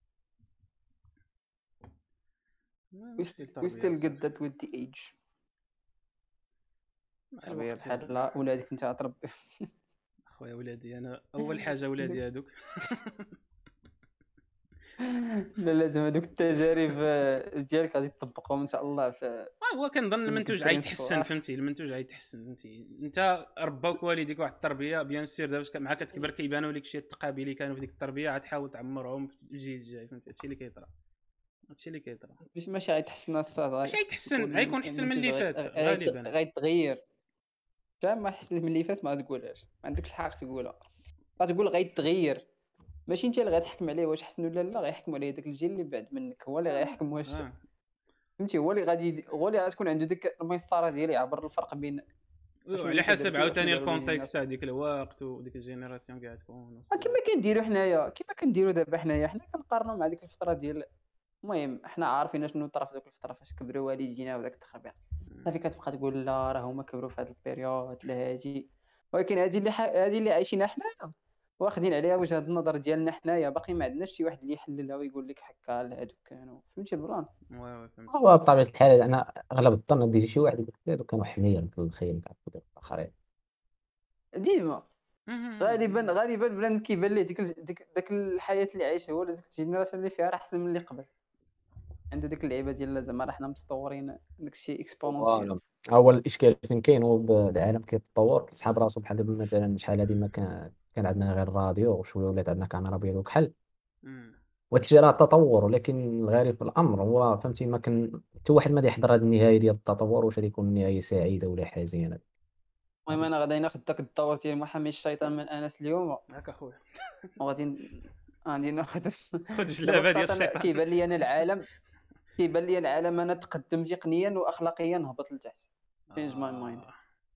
we still get that with the age. تربيه بحال ولادك انت تربي. اخويا ولادي انا اول حاجه ولادي هذوك. لا لازم هذوك التجارب ديالك غادي تطبقهم ان شاء الله في هو كنظن المنتوج الدراري غيتحسن، الصغار. فهمتي. المنتوج غيتحسن، فهمتي. انت رباوك والديك واحد التربيه بيان سير، دابا مع كتكبر كيبانوا لك شي التقابل اللي كانوا في ديك التربيه غتحاول تعمرهم في الجيل الجاي، فهمتي. هادشي اللي كيطرا، هادشي اللي كيطرا. باش ماشي غيتحسن الصاد ماشي غيتحسن، غيكون احسن من اللي فات غالبا. غيتغير. فاهم؟ ما حسن من اللي فات ما تقولهاش، ما عندكش الحق تقولها. غتقول غيتغير، ماشي انت اللي غتحكم عليه واش حسن ولا لا، غيحكم عليه داك الجيل اللي بعد منك هو اللي غيحكم واش فهمتي. هو اللي غتكون عنده ديك المسطره ديالو يعبر الفرق بين على حسب عاوتاني الكونتكست تاع ديك الوقت وديك الجينيراسيون كاع تكون كما كنديروا حنايا، كما كنديروا دابا حنا كنقارنوا مع ديك الفتره ديال. المهم حنا عارفين شنو طرا في ديك الفتره فاش كبروا والدينا وداك التخربيق. صافي كتبقى تقول لا راه هما كبروا في هذا البيريود لا هادي، ولكن هذه اللي عايشينها حنايا واخدين عليها وجهه النظر ديالنا حنايا، باقي ما عندناش شي واحد اللي يحللها ويقول لك حكا هادوك كانوا، فهمتي البلان. هو بطبيعه الحال انا اغلب الظن غادي يجي شي واحد يقول لك كانوا حمير مثل الخيل كنعرفوا ديك الاخرين ديما غالبا بنادم كيبان ليه ديك الحياه اللي عايشه هو ديك الجينيراسيون اللي فيها راه احسن من اللي قبل، عنده ديك اللعيبه ديال زعما راه حنا متطورين داكشي اكسبونونسيال. هو الاشكال فين كاين، هو العالم كيتطور، كيسحاب راسو بحال دابا مثلا شحال هادي ما كان عندنا غير الراديو، وشويه ولات عندنا كاميرا ابيض وكحل، مم. وهادشي راه تطور. ولكن الغريب في الامر هو فهمتي ما كان حتى واحد ما يحضر هاد النهايه ديال التطور، واش غادي يكون نهايه سعيده ولا حزينه. المهم انا غادي ناخذ داك الدور ديال محامي الشيطان من انس اليوم، هاك اخويا غادي ناخذ خذ دابا جلابه ديال الساط انا الشيطان. كيبان لي العالم انا تقدم تقنيا واخلاقيا هبط لتحت. change my mind. آه.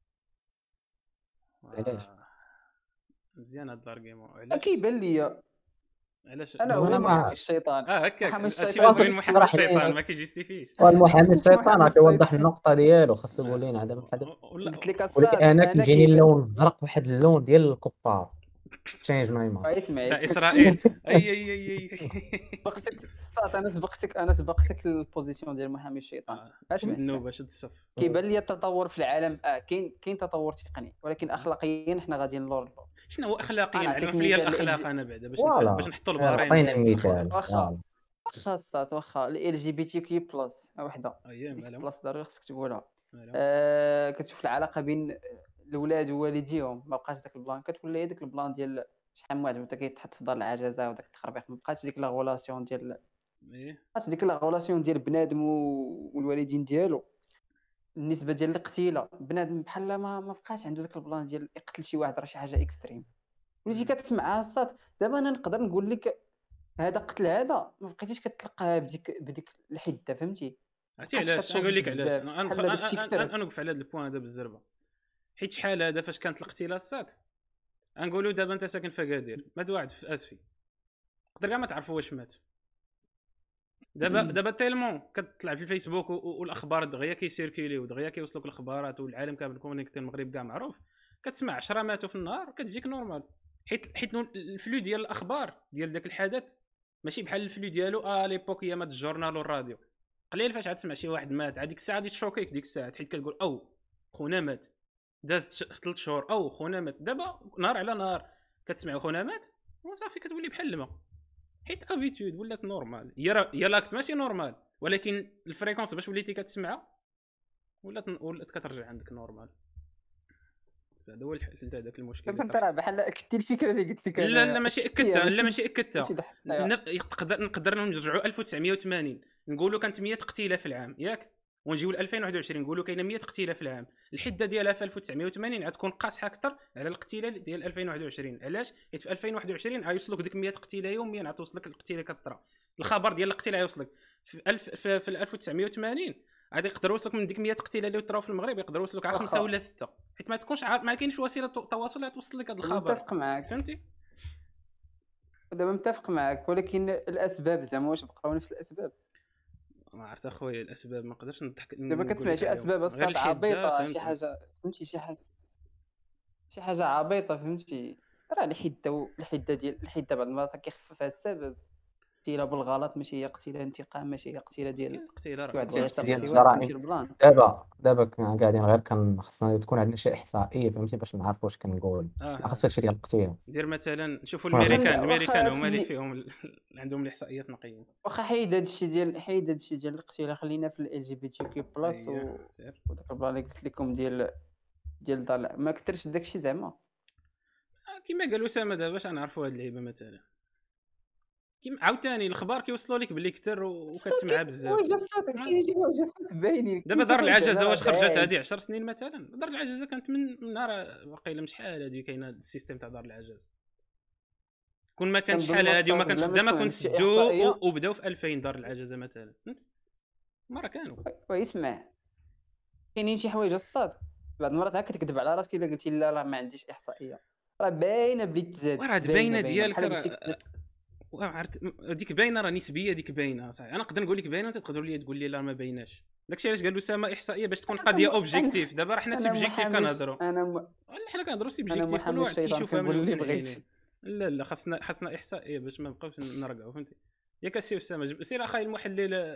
علاش؟ مزيان هاد الارغيومون. علاش كيبان لي علاش انا دابا هو انا محامي ما الشيطان. هكاك محامي هادشي الشيطان اللي زوين محامي صراحه لي الشيطان ما كيجيستيفيش. المحامي الشيطان محامي راه كيوضح الشيطان النقطه ديالو، خاصو يقول لنا هذا بحال قلت لك ولكن الساط انا انا كيجيني كيبان اللون الزرق واحد اللون ديال الكفار. تشينج ماي مايند. اسمع تاع اسرائيل. اي سبقتك الساط انا سبقتك للبوزيسيون ديال محامي الشيطان. اسمع النوبه شد الصف. كيبان لي التطور في العالم كاين تطور تقني، ولكن اخلاقيا حنا غاديين لور. شنو هو اخلاقيا؟ غنعطيك عرف لي مثال الاخلاق انا بعدا باش فوالا نحطوا الباريم عطينا ديالنا. المثال. واخا الساط واخا ال جي بي تي كي بلس وحده اييه ديك مالهم بلس ضروري خصك تقولها. مالهم. كتشوف العلاقه بين الاولاد ووالديهم، ما بقاش داك البلان، كتولي داك البلان ديال شحال من واحد انت كيتحط في دار العجزه وداك التخربيق، ما بقاتش ديك لا غولاسيون ديال ايه بنادم والوالدين ديالو. النسبه ديال القتيله بنادم بحال ما بقاش عنده داك البلان ديال يقتل شي واحد، راه شي حاجه اكستريم. وليتي كتسمعها الصاد. دابا انا نقدر نقول لك هذا قتل، هذا ما بقيتيش كتلقاها بديك الحده، فهمتي؟ عرفتي بقيتش علاش كتشوف نقول لك علاش بزاف بحال داكشي كثر. نوقف على هذا البوان هذا بالزربه. حيت شحال هذا فاش كانت الاختلاصات نقولوا دابا انت ساكن في اكادير، مات واحد في اسفي تقدر كاع ما تعرفوا واش مات. دابا تيلمون كتطلع في الفيسبوك والاخبار دغيا كيسيركيليو دغيا كيوصلوك الاخبارات والعالم كامل كونيكتي، المغرب كاع معروف، كتسمع 10 ماتوا في النهار كتجيك نورمال. حيت الفلو ديال الاخبار ديال داك الحدث ماشي بحال الفلو ديالو ليبوك ايامات الجورنال والراديو. قليل فاش غتسمع شي واحد مات هذيك الساعه غادي تشوكيك ديك الساعه، حيت كتقول او خونا مات دازت 3 شهور او خونا مات. دابا نهار على نهار كتسمع خونا مات وصافي كتولي بحال الماء، حيت ابيتود ولات نورمال. هي لاكت ماشي نورمال، ولكن الفريكونس باش وليتي كتسمعها ولات كترجع عندك نورمال. هذا هو الحل تاع داك المشكل. انت راه بحال اكدتي الفكره اللي قلت لك لا انا. ماشي أكدتيها، اكدتها، لا ماشي اكدتها. ماشي ضحكتها. نقدر نرجعوا 1980 نقولوا كانت 100 قتيله في العام ياك، ونجيو ل 2021 نقولوا كاينه 100 قتيله في العام. الحده ديالها في 1980 غتكون قاصحه اكثر على القتيله ديال 2021. علاش؟ حيت في 2021 غيوصلوك ديك 100 قتيله يوميا، غتوصلك القتيله كثره، الخبر ديال القتيله غيوصلك في 1980 غادي يقدروا يوصلك من ديك 100 قتيله اللي طراو في المغرب يقدروا يوصلوك على 5 ولا 6، حيت ما تكونش ما كاينش وسيله تواصل توصل لك هذا الخبر. متفق معك، فهمتي؟ دابا متفق معك، ولكن الاسباب زعما واش بقاو نفس الاسباب؟ ما عرفت اخويا الاسباب ما نقدرش نضحك. دابا كتسمع شي اسباب الصاد عبيطه، شي حاجه فهمتي، شي حاجه عبيطه فهمتي. راه الحده ديال الحده بعض المرات كيخففها السبب. قتيله بالغلط ماشي هي قتيله انتقام، ماشي هي قتيله ديال قتيله واحد راه بغى يسرق ديال شي واحد الجرائم. تمشي البلان. دابا قاعدين غير خصنا تكون عندنا شي احصائيه فهمتي باش نعرفوا واش كنقول. خاص هادشي ديال القتيل. دير مثلا نشوفوا واخا. الامريكان هما اللي فيهم عندهم الاحصائيات نقيين. واخا حيد هادشي ديال القتيله، خلينا في ال جي بي تي كي بلس وداك البلان اللي قلت لكم ديال دار ما كثرش داكشي زعما. كما قال اسامه دابا باش نعرفوا هاد اللعيبه مثلا كيما عاوتاني الاخبار كيوصلوا لك باللي كثر وكتسمعها بزاف. واجهات باينين. دابا دار العجزه واش خرجت هذه 10 سنين مثلا؟ دار العجزه كانت من نهار واقيلا من شحال هذه كاينه السيستم تاع دار العجز. كون ما كانش شحال هذه وما كانش خدامه كنت سدوا وبداو في 2000 دار العجزه مثلا. ما راه كانوا ويسمع كاينين شي حوايج الصاد بعض المرات هكا تكذب على راسك الا قلتي لا راه ما عنديش احصائيه، راه باينه بلي تزاد. راه باينه ديالك عرفت ديك باينه راه نسبيه ديك باينه صح. انا نقدر نقول لك باينه انت تقدر لي تقول لي لا ما بايناش. داكشي علاش قالوا اسامه احصائيه باش تكون قضيه اوبجيكتيف. دابا راه حنا سوبجيكتيف كنهضروا، حنا كنهضروا سوبجيكتيف كل واحد كيشوفها من اللي بغيت. لا خاصنا احصائيه باش ما نبقاوش نرجعوا فهمتي. ياك السي اسامه سير اخاي المحلل.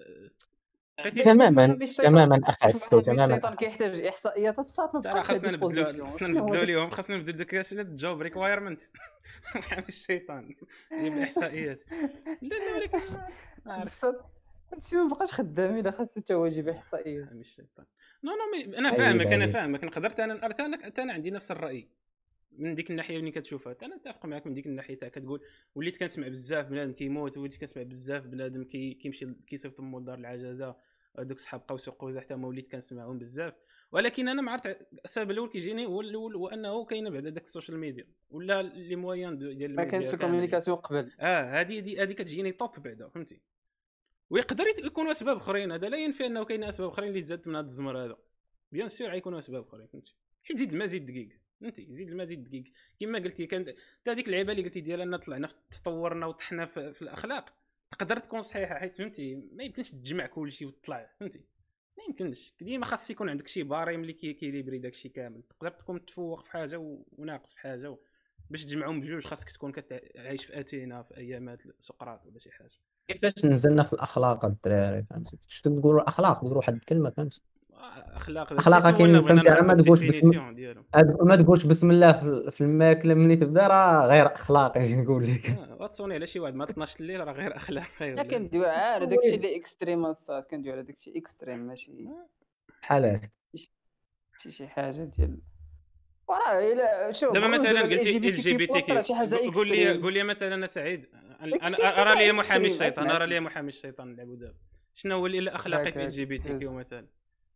تماما اخعستو تماما. الشيطان كيحتاج احصائيات الصات ما بقاش. خاصنا نبدلوا اليوم خاصنا نبدل ديك الاسئله الجواب ريكوايرمنت محامي الشيطان ديال الاحصائيات. لا ولكن هادشي ما بقاش خدام الا خاصو حتى هو يجيب احصائيات. محامي الشيطان نو انا فاهمك نقدر انا عندي نفس الراي من ديك الناحيه اللي كتشوفها. انا متفق معك من ديك الناحيه تاع كتقول وليت كنسمع بزاف بنادم كيموت، وليت كنسمع بزاف بنادم كيمشي كيصيفط مول دار العجزه، هذوك صحاب قوس وقوزه حتى ما وليت كنسمعهم بزاف. ولكن انا ما عرفت السبب الاول كيجيني هو الاول هو انه كاينه بعدا داك السوشيال ميديا ولا لي مويان ديال ما الميديا كانش كاملين. الكومونيكاسيون قبل. هذه كتجيني طوب بعدا، فهمتي. ويقدر يكونوا اسباب اخرين، هذا لا ينفي انه كاين اسباب اخرين اللي زادت من هذا الزمر هذا، بيان سور غيكونوا اسباب اخرين، فهمتي. حيت زيد المزيد دقيق، فهمتي، زيد المزيد دقيق كما قلتي. كان حتى هذيك اللعيبه اللي قلتي ديال اننا طلعنا تطورنا وطحنا في الاخلاق تقدر تكون صحيحه، حيت فهمتي ما يمكنش تجمع كل شيء وتطلع، فهمتي. ما يمكنش، ديما خاص يكون عندك شي باريم اللي كيليبري داك الشيء كامل. تقدر تكون متفوق في حاجه وناقص في حاجه، باش تجمعهم بجوج خاصك تكون عايش في اثينا في ايامات سقراط ولا شي حاجه. كيفاش نزلنا في الاخلاق الدراري، فهمتي. شتو تقولوا الاخلاق، تقولوا واحد الكلمه، فهمتي. اخلاق اخلاق كاين، فهمتي. ما تقولش ما تقولش بسم الله في الماكله ملي تبدا، راه غير اخلاق. اجي نقول لك غتصوني على شي واحد ما 12 الليل راه غير اخلاقي لا كندوي على داكشي اللي اكستريم الصاد، كندوي على داكشي اكستريم ماشي بحال شي حاجه ديال وراه الا شوف دابا مثلا قلتي ال جي بي تي قول لي مثلا مثلا انا ارى لي محامي الشيطان، ارى لي محامي الشيطان نلعبوا دابا. شنو هو اللي اخلاقي في ال جي بي تي كيو مثلا؟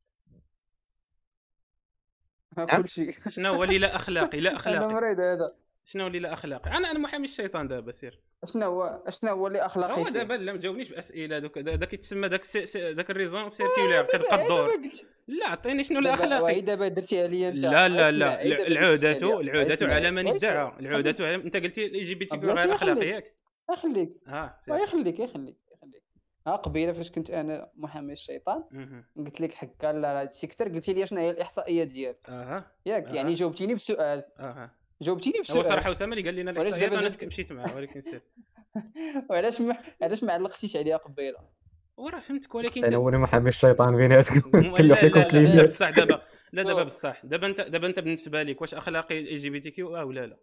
كل شيء. شنو هو اللي لا اخلاقي؟ لا اخلاقي انا مريض هذا. شنو اللي لا اخلاقي؟ انا محامي الشيطان دابا سير. شنو هو اللي اخلاقي فيه؟ دابا لا ما تجاوبنيش باسئله داك يتسمى داك الريزون سيركولير كتبقى الدور. لا عطيني شنو الاخلاقي. وهي دابا درتيها لي انت. لا العودة على من ادعى. العودة على انت قلتي الاي جي بي تي غير اخلاقي ياك. خليك يخليك قبيله فاش كنت انا محامي الشيطان قلت لك حكا لا هادشي كثر، قلتي لي شنو هي الاحصائيه ديالك ياك يعني جاوبتيني بسؤال هو صراحه اسامه اللي قال لنا الاحصائيات انا مشيت معاه ولكن سير. علاش ما علقتيش عليها قبيله؟ وراه فهمتك ولكن انا هو محامي الشيطان بيناتكم كل واحد يكون كلينير بصح دابا بصح دابا انت بالنسبه لك واش اخلاقي اي جي بي تي كيو ولا لا؟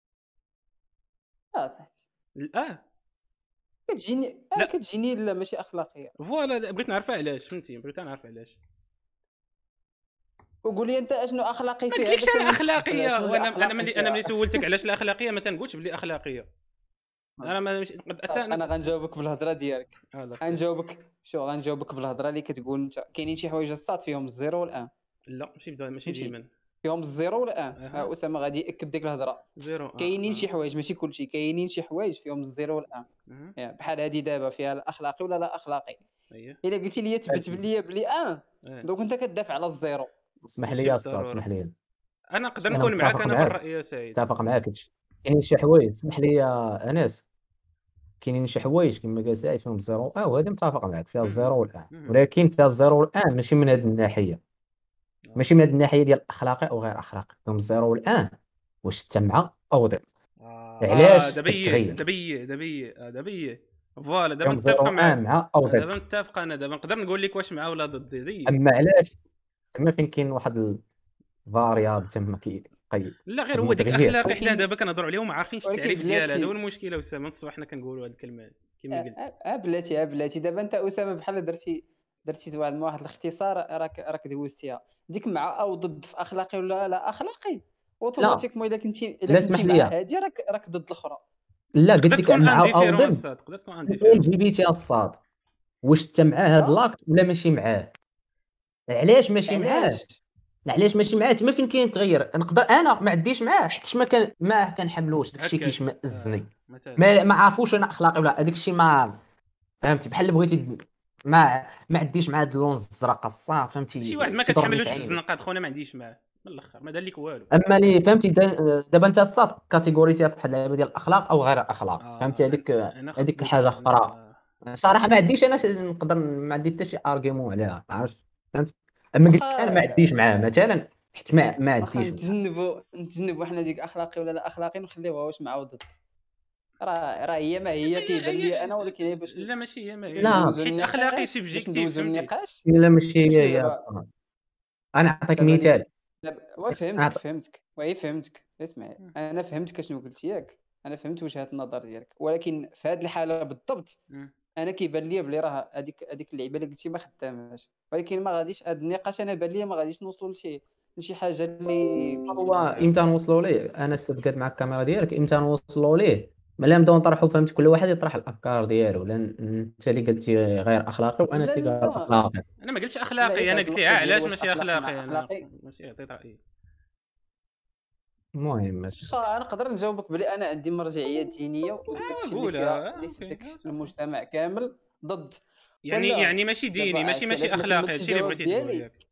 صح كتجيني لا ماشي اخلاقيه. فوالا بغيت نعرفها علاش، فهمتي. بغيت نعرف علاش. وقول لي انت اشنو اخلاقي فيها. ما قلتلكش انا اخلاقيه، انا ملي سولتك علاش الاخلاقيه ما تنقولش بلي اخلاقيه. انا غنجاوبك بالهضره ديالك. غنجاوبك بالهضره اللي كتقول انت. كاينين شي حوايج الصاد فيهم الزيرو والان. لا ماشي ديما فيهم الزيرو والان. اسامه غادي ياكد ديك الهضره. كاينين شي حوايج ماشي كلشي، كاينين شي حوايج فيهم الزيرو والان. بحال هذه دابا فيها الاخلاقي ولا لا اخلاقي. الا قلتي لي تثبت بلي دوك انت كدافع على الزيرو. اسمح لي الصاد، اسمح لي. انا نقدر نكون معاك انا في الراي يا سعيد. اتفق معاك. كاينين شي حوايج، اسمح لي يا انس، كاينين شي حوايج كما قال سعيد فيهم الزيرو وهذا متفق معاك فيها الزيرو والان، ولكن فيها الزيرو والان ماشي من هذه الناحيه، ماشي من هذه الناحيه ديال اخلاقي او غير اخلاقي. فيهم الزيرو والان واش تمع او ضد. علاش دابا فوالا دابا متفق مع او ضد. دابا متفق. انا دابا نقدر نقول لك واش مع ولا ضد. اما علاش تما فين كاين واحد الفاريابل تما كيقيد. لا غير هو ديك الاخلاقي حنا دابا كنهضروا عليهم ما عارفينش التعريف ديالها. هذا هو المشكله اسامه. من الصباح حنا كنقولوا هذه الكلمه كما قلت. بلاتي دابا انت اسامه بحال درتي واحد الاختصار راك دوزتيها ديك مع او ضد في اخلاقي ولا لا اخلاقي. اوتوماتيكمون الا كنتي مع هادي راك ضد الاخرى. لا قلت لك مع او ضد. تقدر تكون عندي ال جي بي تي الصاد واش انت مع هذا لاكت ولا ماشي معاه؟ علاش ماشي معاه؟ علاش ماشي معاه؟ تما فين كاين تغير. نقدر انا ما عنديش معاه حيت ما كنحملوش داكشي كيشمئزني. ما عارفوش انا اخلاقي ولا هذاك الشيء. ما فهمتي بحال بغيتي ما عنديش مع هاد اللون الزرق الصاف، فهمتي. شي واحد ما كتحملوش في الزنقات خونا ما عنديش معاه من الاخر ما دار لك والو. اما لي فهمتي دابا انت الصاد كاتيجوريتيها في واحد اللعبه ديال الاخلاق او غير الاخلاق. فهمتي هذيك حاجه اخرى. صراحه ما عنديش انا نقدر ما عندي حتى شي ارغيومون عليها، ما عرفتش فهمت. اما قلت انا ما عنديش معاه مثلا حيت ما عنديش. نتجنبوا حنا ديك اخلاقي ولا لا اخلاقي ونخليوها واش مع ضد. راه هي ما هي كيبان لي انا، ولكن هي باش لا ماشي هي ما هي. لا حيت اخلاقي سوبجيكتيف النقاش. لا ماشي هي الصراحه. انا نعطيك مثال. فهمتك اسمعي. انا فهمتك شنو قلت ياك. انا فهمت وجهه النظر ديالك، ولكن في هذه الحاله بالضبط انا كيبان لي بلي راه هذيك اللعيبه اللي قلتي ما خداماش، ولكن ما غاديش هاد النقاش انا بان لي ما غاديش نوصلوا لشي حاجه اللي هو امتى نوصلوا ليه؟ انا صدقت مع الكاميرا ديالك امتى نوصلوا ليه؟ ملي نبداو نطرحوا فهمت كل واحد يطرح الافكار ديالو، لان انت اللي قلتي غير اخلاقي وانا لا اللي قال لا اخلاقي. انا ما قلتش لا اخلاقي، ياك انا هاد قلت اللقطه لها ديال علاش واش ماشي اخلاقي اخلاقي، مع انا اخلاقي. ماشي عطيت رايي. المهم ماشي. انا نقدر نجاوبك بلي انا عندي مرجعيه دينيه وداك الشيء اللي فيها قولها اللي في اوكي داك صافي. المجتمع كامل ضد. يعني ماشي ديني، دابا ماشي علاش ما اخلاقي، كملتش هادشي اللي الجواب بغيتي تقول ديالي. ياك.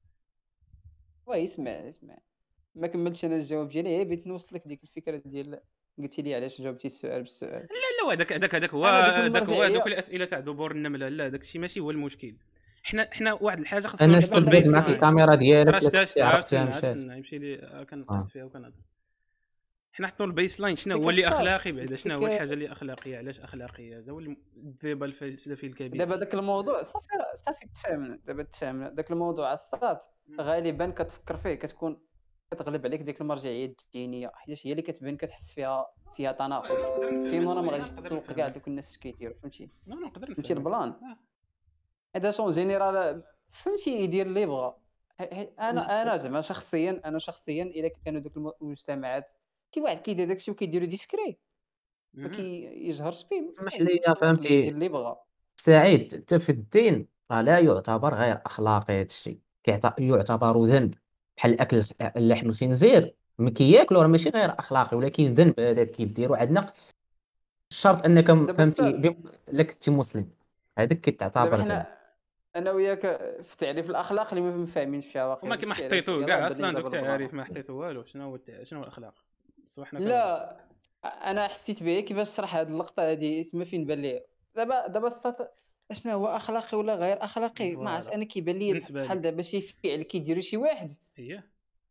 واه اسمع ما كملتش انا الجواب ديالي، هي بغيت نوصل لك ديك الفكره ديال قلتي لي علاش جاوبتي السؤال بالسؤال. لا هذاك هو انا ديك هذاك هو المرجعيه هذوك الاسئله تاع دبور النمله. لا داك الشيء ماشي هو المشكل. حنا واحد الحاجه خاصنا انا نحطوا دابا حنا استفدت البيس معك لاين. الكاميرا ديالك راه لا شتا كنتي عرفتيها مشات. تسنى يمشي لي كنطيط فيها وكنهضر. حنا نحطوا البيس لاين، شنو ديك هو اللي الصاد اخلاقي بعدا، شنو هو ديك الحاجه اللي اخلاقيه، علاش اخلاقيه. هذا هو الديبا الفلسفي الكبير. دابا داك الموضوع صافي تفاهمنا. دابا تفاهمنا داك الموضوع الصات غالبا كتفكر فيه كتكون كتغلب عليك ديك المرجعيه الدينيه، حيت هي اللي كتبان كتحس فيها تناقض. نقدر نفهم سينو هذا انا ما وين غاديش نقدر نسوق كاع نفهمك. دوك الناس كيديروا فهمتي نقدر فهمتي نفهمك. البلان. هذا سون جينيرال فهمتي يدير اللي بغا. انا زعما شخصيا الا كانوا دوك المجتمعات كي واحد كيدير داكشي وكيديرو ديسكري ما كيجهرش به اسمح ما لي عنديش الوقت باش يدير فهمتي اللي بغا. سعيد، حتى في الدين راه لا يعتبر غير اخلاقي. هذا الشيء يعتبر ذنب، بحال اكل اللحم الخنزير ما كياكلوا، راه ماشي غير اخلاقي ولكن ذنب هذاك كيديروا عندنا. الشرط انك دابا فهمتي الصاد لا كنتي مسلم، هذاك دابا كتعتبر ذنب. حنا انا وياك في تعريف الاخلاق اللي ما فاهمينش فيها وما واقيلا كما داكشي علاش حطيتو يلاه كاع بان لي اصلا دوك دابا التعاريف البلان. ما حطيتو والو. شنو هو الاخلاق؟ سوا حنا كنهضروا. لا انا حسيت به كيفاش شرح هذه اللقطه هذه تما فين بان لي. دابا اشنا هو اخلاقي ولا غير اخلاقي ما عرفتش. فوالا انا كيبان لي بالنسبه بحال لك دابا شي فعل كيديرو شي واحد هي.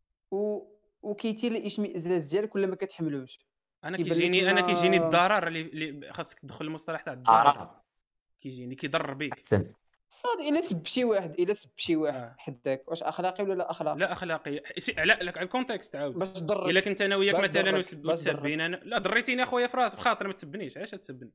و وكيتير الاشمئزاز ديالك ولا ما كتحملوش. انا كيبان لك كيجيني ما الضرر اللي خاصك تدخل المصطلح تاع الضرر. عرب كيجيني كيضر بيك. احسن. صاد الا سب شي واحد حداك واش اخلاقي ولا لا اخلاقي؟ لا اخلاقي. على الكونتكست عاود. باش الا ضرك كنت انا وياك باش مثلا ضرك باش ضرك وتسبين انا، لا ضريتيني اخويا في راسي بخاطر ما تسبنيش. علاش تسبني؟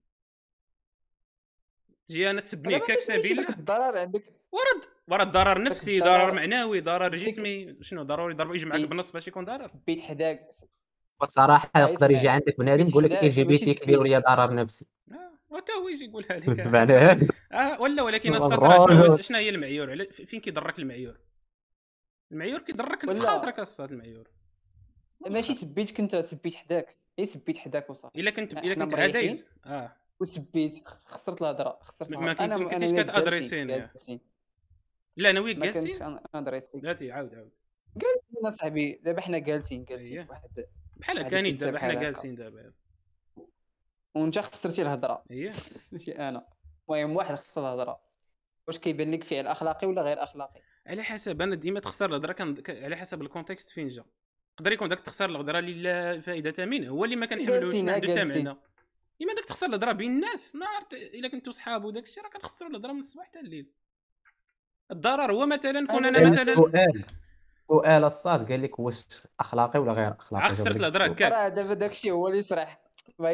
تجي انا تسبني دابا هكاك كتسميتي سبيل. داك الضرر عندك ورا ضرر داك نفسي، ضرر الضرر معنوي، ضرر ديك جسمي. شنو ضروري ضرب يجمعك بيت بالنص باش يكون ضرر؟ بيت حداك بصراحه يقدر يجي اسمع عندك بنادم سبيت يقول لك اي حداك جي بي ماشي تي كيديروا لي سبيتك. ضرر نفسي. وتا هو يجي يقولها لك. تبعني ولا ولكن السطر الراجل. شنو هي المعيور؟ فين كيضرك المعيور؟ المعيور كيضرك انت في ولا خاطرك الصاد. المعيور ماشي سبيتك انت سبيت حداك هي سبيت حداك وصافي. الا كنت حنا مريحين عاديز وسبيت خسرت الهضره ما انا كنتيش وياك كتادريسيني. لا انا وياك ما كنتش جالسين. ادريسيك بلاتي عاود جالسين انا صاحبي. دابا حنا جالسين اييه في واحد بحال واحد هكا نيت. الجلسه دابا حنا بحال هكا جالسين دابا. وانت خسرتي الهضره اييه ماشي انا. المهم واحد خسر الهضره. واش كيبان لك فعل اخلاقي ولا غير اخلاقي؟ على حسب. انا ديما تخسر الهضره على حسب الكونتكست فين جا. يقدر يكون داك تخسر الهضره اللي لا فائده منه، هو اللي ما كنحملوش، ما عنده حتى معنى. اما داك تخسر الهضره بين الناس ما عرفت. الا كنتو صحاب وداك الشيء راه كنخسروا الهضره من الصباح حتى الليل. الضرر هو مثلا كون انا مثلا سؤال الصاد قال لك واش اخلاقي ولا غير اخلاقي؟ خسرت الهضره هكاك. راه دابا داكشي هو اللي يشرح